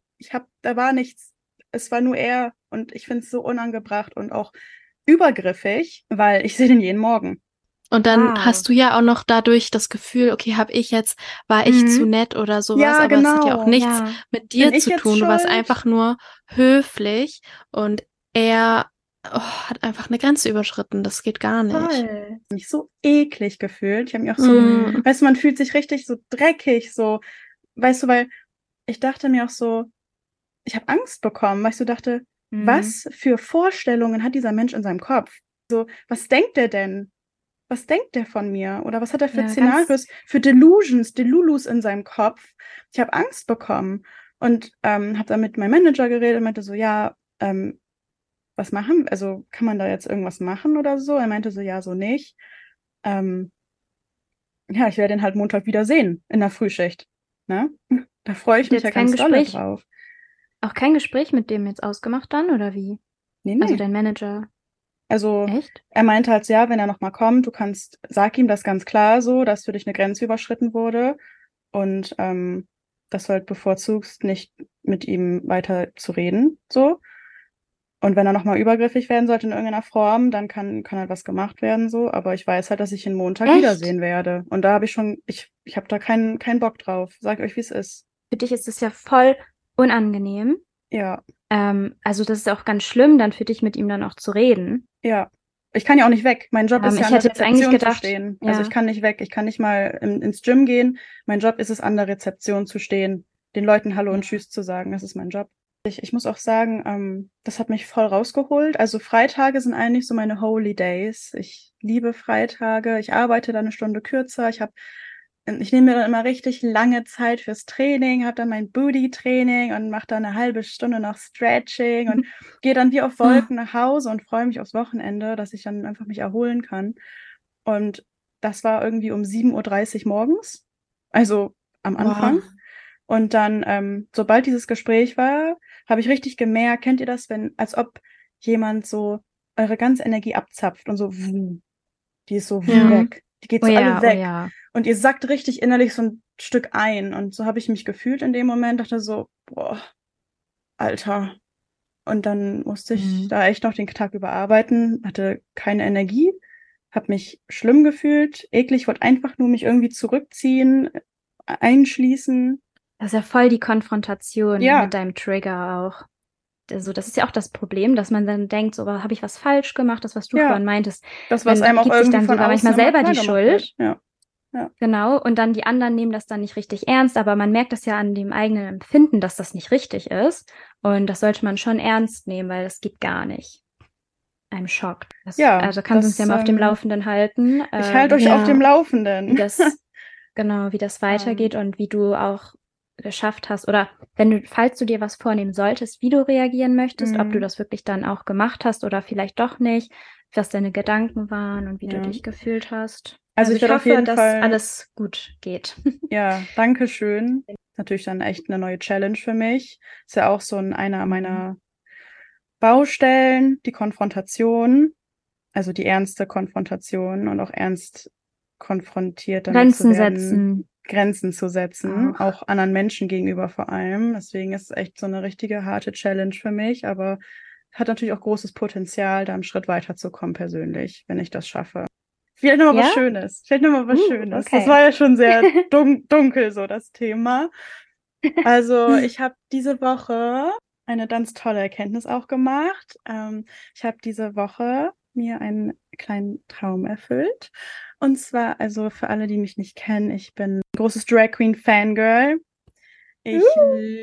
Da war nichts. Es war nur er. Und ich finde es so unangebracht und auch übergriffig, weil ich sehe den jeden Morgen. Und dann hast du ja auch noch dadurch das Gefühl, okay, war ich zu nett oder sowas, Ja, aber es hat ja auch nichts mit dir Bin ich zu jetzt tun. Du warst schuld? einfach nur höflich und er hat einfach eine Grenze überschritten. Das geht gar nicht. Voll. Mich so eklig gefühlt. Ich habe mich auch so, weißt du, man fühlt sich richtig so dreckig, so, weißt du, weil ich dachte mir auch so, ich habe Angst bekommen, weil ich so dachte, was für Vorstellungen hat dieser Mensch in seinem Kopf? So, was denkt der denn? Was denkt der von mir? Oder was hat er für Szenarios, für Delulus in seinem Kopf? Ich habe Angst bekommen und habe dann mit meinem Manager geredet und meinte so, ja, was machen? Also kann man da jetzt irgendwas machen oder so? Er meinte so, ja, so nicht. ja, ich werde ihn halt Montag wieder sehen in der Frühschicht. Ne? Da freue ich mich ja Jetzt kein ganz dolle Gespräch, drauf. auch kein Gespräch mit dem jetzt ausgemacht dann, oder wie? Nee, Also nee. dein Manager. Also Echt? er meinte halt, ja, wenn er nochmal kommt, sag ihm das ganz klar so, dass für dich eine Grenze überschritten wurde und dass du halt bevorzugst, nicht mit ihm weiter zu reden, so. Und wenn er nochmal übergriffig werden sollte in irgendeiner Form, dann kann halt was gemacht werden, so. Aber ich weiß halt, dass ich ihn Montag Echt? wiedersehen werde. Und da habe ich habe da keinen Bock drauf. Sag euch, wie es ist. Für dich ist es ja voll unangenehm. Ja, Also das ist auch ganz schlimm, dann für dich mit ihm dann auch zu reden. ja. Ich kann ja auch nicht weg. Mein Job ist ja Ich an der hätte jetzt eigentlich Rezeption zu gedacht, stehen. Also ich ja. kann nicht weg. Ich kann nicht mal ins Gym gehen. Mein Job ist es, an der Rezeption zu stehen, den Leuten Hallo und Ja. Tschüss zu sagen. Das ist mein Job. Ich muss auch sagen, das hat mich voll rausgeholt. Also Freitage sind eigentlich so meine Holy Days. Ich liebe Freitage. Ich arbeite dann eine Stunde kürzer. Ich nehme mir dann immer richtig lange Zeit fürs Training, habe dann mein Booty-Training und mache dann eine halbe Stunde noch Stretching und gehe dann wie auf Wolken nach Hause und freue mich aufs Wochenende, dass ich dann einfach mich erholen kann. Und das war irgendwie um 7:30 Uhr morgens, also am Anfang. Wow. Und dann, sobald dieses Gespräch war, habe ich richtig gemerkt, kennt ihr das, als ob jemand so eure ganze Energie abzapft und so, die ist so Ja. weg. Die geht Oh so alle ja, oh weg. ja. Und ihr sackt richtig innerlich so ein Stück ein. Und so habe ich mich gefühlt in dem Moment, dachte so, boah, Alter. Und dann musste ich Mhm. da echt noch den Tag überarbeiten, hatte keine Energie, habe mich schlimm gefühlt, eklig, wollte einfach nur mich irgendwie zurückziehen, einschließen. Das ist ja voll die Konfrontation Ja, mit deinem Trigger auch. Also das ist ja auch das Problem, dass man dann denkt, so, habe ich was falsch gemacht, das, was du ja. vorhin meintest. Das, was Man einem auch gibt sich irgendwie dann von sogar außen manchmal immer selber klar die gemacht wird. Schuld. Ja, ja, Genau, und dann die anderen nehmen das dann nicht richtig ernst, aber man merkt das ja an dem eigenen Empfinden, dass das nicht richtig ist. Und das sollte man schon ernst nehmen, weil das geht gar nicht. Einem Schock. ja, Also kannst du uns ja mal auf dem Laufenden halten, ich halte euch auf dem Ja. wie Laufenden. das, genau, wie das weitergeht Ähm, und wie du auch geschafft hast. Oder falls du dir was vornehmen solltest, wie du reagieren möchtest, ob du mm, das wirklich dann auch gemacht hast oder vielleicht doch nicht, was deine Gedanken waren und wie du ja. dich gefühlt hast. Also Also ich ich werde auf hoffe, jeden dass Fall, alles gut geht. ja, danke schön. Natürlich dann echt eine neue Challenge für mich. Ist ja auch so einer Mhm. meiner Baustellen, die Konfrontation, also die ernste Konfrontation und auch ernst konfrontiert damit zu Grenzen werden, setzen Grenzen zu setzen, auch. auch anderen Menschen gegenüber vor allem. Deswegen ist es echt so eine richtige harte Challenge für mich, aber hat natürlich auch großes Potenzial, da einen Schritt weiterzukommen persönlich, wenn ich das schaffe. Vielleicht nochmal was Ja? Schönes. Vielleicht nochmal was Schönes. Das Okay. war ja schon sehr dunkel, so das Thema. Also, ich habe diese Woche eine ganz tolle Erkenntnis auch gemacht. Ich habe diese Woche mir einen kleinen Traum erfüllt. Und zwar, also für alle, die mich nicht kennen, ich bin ein großes Drag Queen Fangirl. Ich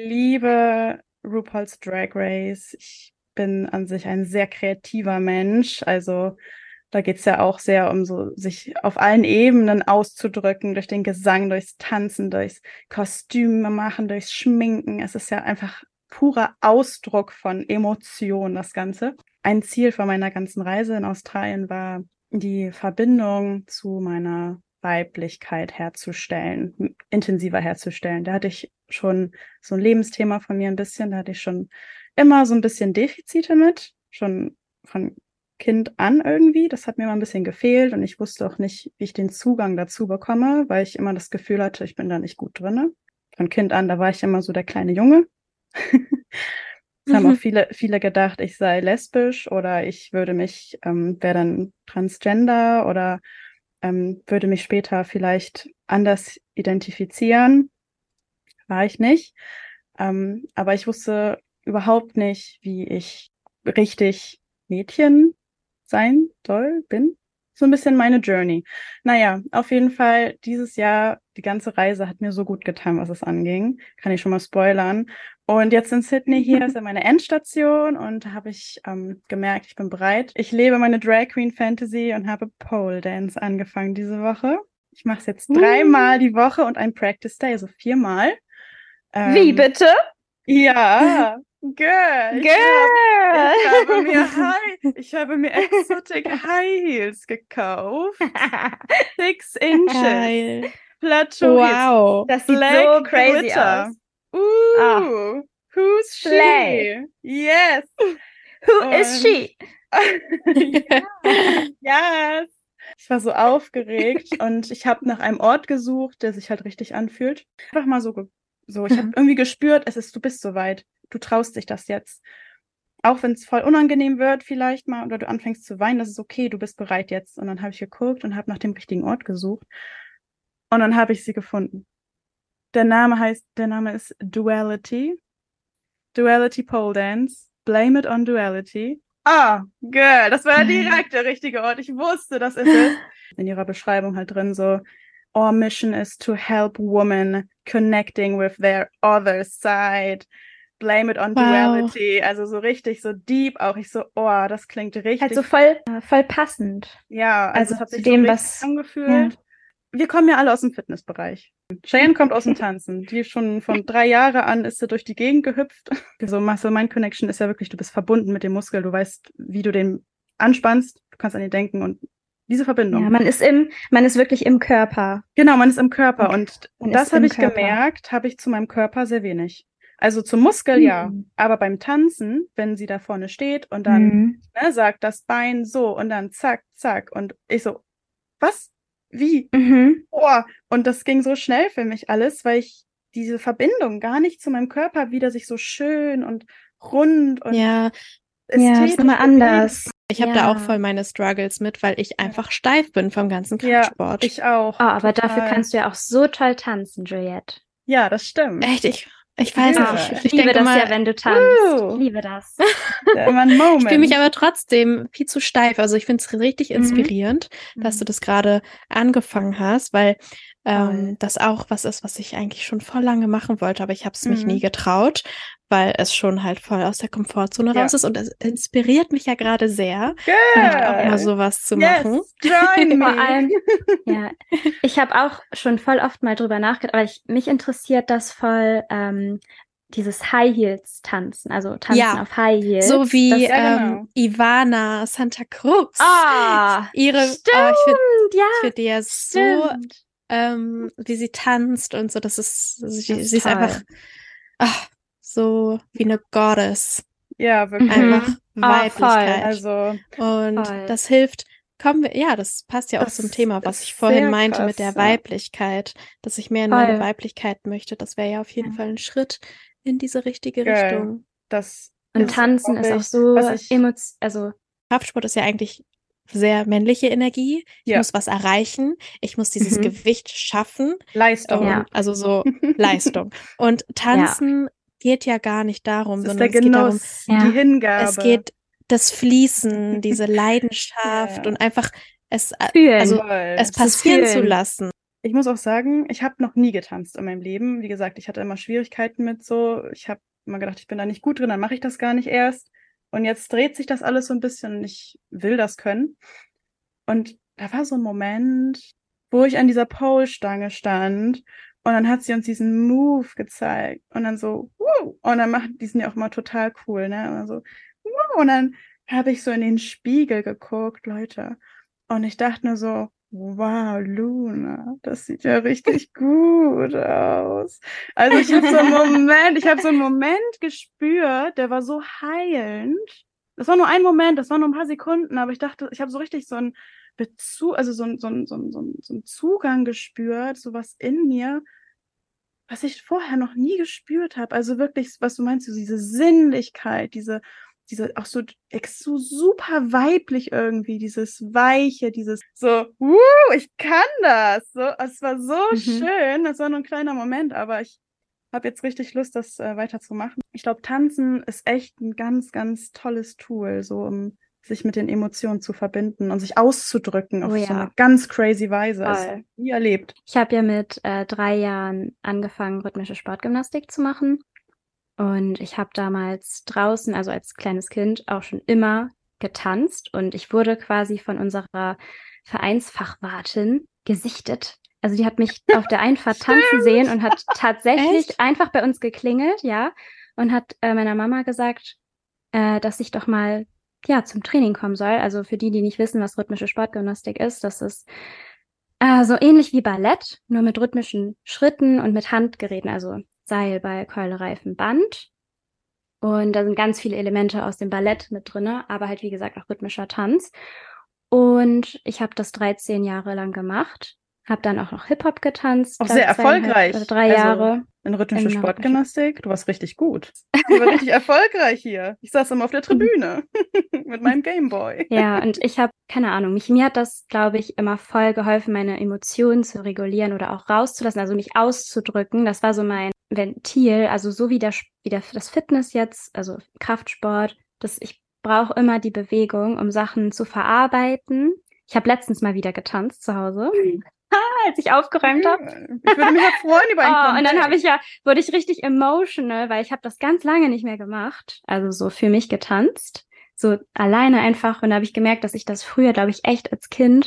liebe RuPaul's Drag Race. Ich bin an sich ein sehr kreativer Mensch. Also da geht's ja auch sehr um so, sich auf allen Ebenen auszudrücken, durch den Gesang, durchs Tanzen, durchs Kostüme machen, durchs Schminken. Es ist ja einfach purer Ausdruck von Emotion, das Ganze. Ein Ziel von meiner ganzen Reise in Australien war, die Verbindung zu meiner Weiblichkeit herzustellen, intensiver herzustellen. Da hatte ich schon so ein Lebensthema von mir ein bisschen, da hatte ich schon immer so ein bisschen Defizite mit, schon von Kind an irgendwie. Das hat mir mal ein bisschen gefehlt und ich wusste auch nicht, wie ich den Zugang dazu bekomme, weil ich immer das Gefühl hatte, ich bin da nicht gut drinne. Von Kind an, da war ich immer so der kleine Junge. Es haben auch viele gedacht, ich sei lesbisch oder ich wäre dann transgender oder würde mich später vielleicht anders identifizieren. War ich nicht. Aber ich wusste überhaupt nicht, wie ich richtig Mädchen sein bin. So ein bisschen meine Journey. Naja, auf jeden Fall, dieses Jahr, die ganze Reise hat mir so gut getan, was es anging. Kann ich schon mal spoilern. Und jetzt in Sydney hier ist ja meine Endstation und da habe ich gemerkt, ich bin bereit. Ich lebe meine Drag Queen Fantasy und habe Pole Dance angefangen diese Woche. Ich mache es jetzt 3-mal die Woche und ein Practice Day, also 4-mal. Wie Ähm, bitte? ja, Girl, ich habe mir Exotic High Heels gekauft. 6 Inches. Geil. Plateau Wow. Das sieht so crazy Glitter. aus. Who's Slay. she? Yes. Who is she? Yes. Ich war so aufgeregt und ich habe nach einem Ort gesucht, der sich halt richtig anfühlt. Einfach mal so, ich habe irgendwie gespürt, du bist soweit. Du traust dich das jetzt. Auch wenn es voll unangenehm wird vielleicht mal oder du anfängst zu weinen, das ist okay, du bist bereit jetzt. Und dann habe ich geguckt und habe nach dem richtigen Ort gesucht. Und dann habe ich sie gefunden. Der Name ist Duality. Duality Pole Dance. Blame it on Duality. Girl, das war direkt der richtige Ort. Ich wusste, das ist es. In ihrer Beschreibung halt drin so, our mission is to help women connecting with their other side. Blame it on Duality. Also so richtig, so deep auch. Ich so, das klingt richtig. Halt so voll passend. Ja, also es hat zu sich dem, so was angefühlt. Ja. Wir kommen ja alle aus dem Fitnessbereich. Cheyenne kommt aus dem Tanzen. Die schon von 3 Jahren an ist sie durch die Gegend gehüpft. So Muscle Mind Connection ist ja wirklich, du bist verbunden mit dem Muskel. Du weißt, wie du den anspannst. Du kannst an ihn denken und diese Verbindung. Ja, man ist wirklich im Körper. Genau, man ist im Körper. Und das habe ich gemerkt, habe ich zu meinem Körper sehr wenig. Also zum Muskel ja, aber beim Tanzen, wenn sie da vorne steht und dann sagt das Bein so und dann zack, zack und ich so, was? Wie? Und das ging so schnell für mich alles, weil ich diese Verbindung gar nicht zu meinem Körper wieder sich so schön und rund und ästhetisch das ist nochmal anders. Ich habe da auch voll meine Struggles mit, weil ich einfach steif bin vom ganzen Kraftsport. Ja, ich auch. Aber dafür kannst du ja auch so toll tanzen, Juliette. Ja, das stimmt. Echt, ich weiß nicht. Ich liebe das ja, wenn du tanzt. Ich liebe das. Ich fühle mich aber trotzdem viel zu steif. Also ich finde es richtig inspirierend, dass du das gerade angefangen hast, weil das auch was ist, was ich eigentlich schon voll lange machen wollte, aber ich habe es mich nie getraut, weil es schon halt voll aus der Komfortzone raus ist und es inspiriert mich ja gerade sehr, vielleicht auch mal sowas zu machen. Join me. Vor allem, ich habe auch schon voll oft mal drüber nachgedacht, aber mich interessiert das voll, dieses High Heels tanzen, also tanzen auf High Heels. So wie Ivana Santa Cruz. Stimmt, ich finde die ja so, wie sie tanzt und so, sie ist einfach so wie eine Goddess. Ja, wirklich. Einfach Weiblichkeit. Also, das hilft. Das passt ja auch zum Thema, was ich vorhin meinte mit der Weiblichkeit, dass ich mehr in meine Weiblichkeit möchte. Das wäre ja auf jeden Fall ein Schritt in diese richtige Richtung. Und Tanzen ist auch so also Kraftsport ist ja eigentlich sehr männliche Energie. Ich muss was erreichen. Ich muss dieses Gewicht schaffen. Leistung. Also so Leistung. Und Tanzen geht ja gar nicht darum, sondern es geht darum, die Hingabe. Es geht das Fließen, diese Leidenschaft und einfach es passieren zu lassen. Ich muss auch sagen, ich habe noch nie getanzt in meinem Leben. Wie gesagt, ich hatte immer Schwierigkeiten mit so. Ich habe immer gedacht, ich bin da nicht gut drin, dann mache ich das gar nicht erst. Und jetzt dreht sich das alles so ein bisschen und ich will das können. Und da war so ein Moment, wo ich an dieser Pole-Stange stand und dann hat sie uns diesen Move gezeigt und dann so, und dann die sind ja auch immer total cool, ne? Und dann so, und dann habe ich so in den Spiegel geguckt, Leute. Und ich dachte nur so, wow, Luna, das sieht ja richtig gut aus. Also ich habe so einen Moment gespürt, der war so heilend. Das war nur ein Moment, das war nur ein paar Sekunden, aber ich dachte, ich habe so richtig so einen Bezug, also so einen Zugang gespürt, sowas in mir, was ich vorher noch nie gespürt habe. Also wirklich, was du meinst, so diese Sinnlichkeit, diese auch so super weiblich irgendwie, dieses Weiche, dieses so, ich kann das. So, es war so schön, das war nur ein kleiner Moment, aber ich habe jetzt richtig Lust, das weiterzumachen. Ich glaube, Tanzen ist echt ein ganz, ganz tolles Tool, so um sich mit den Emotionen zu verbinden und sich auszudrücken auf so eine ganz crazy Weise. Also, nie erlebt. Ich habe ja mit 3 Jahren angefangen, rhythmische Sportgymnastik zu machen. Und ich habe damals draußen, also als kleines Kind, auch schon immer getanzt. Und ich wurde quasi von unserer Vereinsfachwartin gesichtet. Also die hat mich auf der Einfahrt tanzen sehen und hat tatsächlich einfach bei uns geklingelt, und hat meiner Mama gesagt, dass ich doch mal zum Training kommen soll. Also für die nicht wissen, was rhythmische Sportgymnastik ist, das ist so ähnlich wie Ballett, nur mit rhythmischen Schritten und mit Handgeräten, also Seil, Ball, Keule, Reifen, Band. Und da sind ganz viele Elemente aus dem Ballett mit drinne, aber halt wie gesagt auch rhythmischer Tanz. Und ich habe das 13 Jahre lang gemacht, habe dann auch noch Hip-Hop getanzt. Auch sehr erfolgreich. Oder 3 Jahre. In rhythmische Sportgymnastik. Du warst richtig gut. Du warst richtig erfolgreich hier. Ich saß immer auf der Tribüne mit meinem Gameboy. Ja, und ich habe, keine Ahnung, mir hat das, glaube ich, immer voll geholfen, meine Emotionen zu regulieren oder auch rauszulassen, also mich auszudrücken. Das war so mein Ventil, also so wie das Fitness jetzt, also Kraftsport, ich brauche immer die Bewegung, um Sachen zu verarbeiten. Ich habe letztens mal wieder getanzt zu Hause. Als ich aufgeräumt habe. Ich würde mich ja freuen über ein Comeback. Und dann wurde ich richtig emotional, weil ich habe das ganz lange nicht mehr gemacht. Also so für mich getanzt. So alleine einfach. Und da habe ich gemerkt, dass ich das früher, glaube ich, echt als Kind,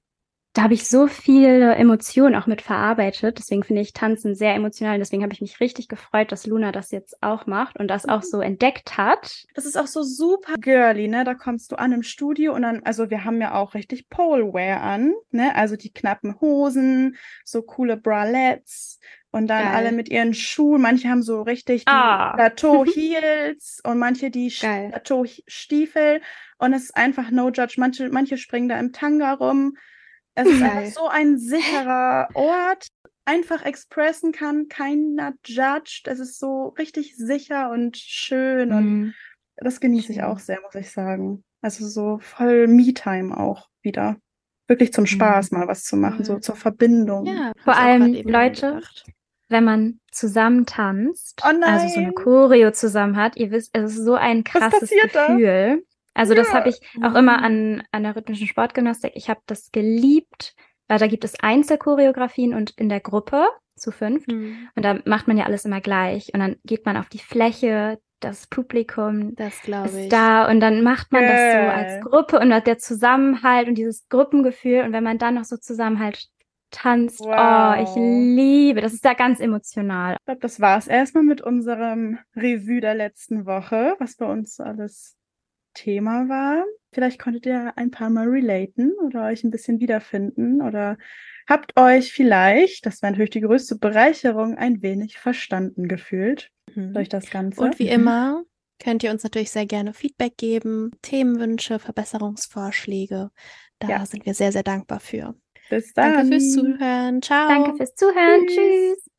da habe ich so viele Emotionen auch mit verarbeitet. Deswegen finde ich Tanzen sehr emotional. Und deswegen habe ich mich richtig gefreut, dass Luna das jetzt auch macht und das auch so entdeckt hat. Das ist auch so super girly, ne? Da kommst du an im Studio und dann, also wir haben ja auch richtig Polewear an, ne? Also die knappen Hosen, so coole Bralettes und dann alle mit ihren Schuhen. Manche haben so richtig die Plateau Heels und manche die Plateau Stiefel. Und es ist einfach no judge. Manche springen da im Tanga rum. Es ist einfach so ein sicherer Ort, einfach expressen kann, keiner judged. Es ist so richtig sicher und schön und das genieße ich auch sehr, muss ich sagen. Also so voll Me-Time auch wieder. Wirklich zum Spaß mal was zu machen, so zur Verbindung. Ja, vor allem, Leute, wenn man zusammen tanzt, also so eine Choreo zusammen hat, ihr wisst, es ist so ein krasses Gefühl. Also das habe ich auch immer an der rhythmischen Sportgymnastik. Ich habe das geliebt, weil da gibt es Einzelchoreografien und in der Gruppe zu 5. Und da macht man ja alles immer gleich. Und dann geht man auf die Fläche, das Publikum ist da und dann macht man das so als Gruppe und der Zusammenhalt und dieses Gruppengefühl. Und wenn man dann noch so zusammen halt tanzt, ich liebe, das ist da ganz emotional. Ich glaube, das war's erstmal mit unserem Revue der letzten Woche, was bei uns alles Thema war. Vielleicht konntet ihr ein paar Mal relaten oder euch ein bisschen wiederfinden oder habt euch vielleicht, das wäre natürlich die größte Bereicherung, ein wenig verstanden gefühlt durch das Ganze. Und wie immer könnt ihr uns natürlich sehr gerne Feedback geben, Themenwünsche, Verbesserungsvorschläge. Da sind wir sehr, sehr dankbar für. Bis dann. Danke fürs Zuhören. Ciao. Danke fürs Zuhören. Tschüss.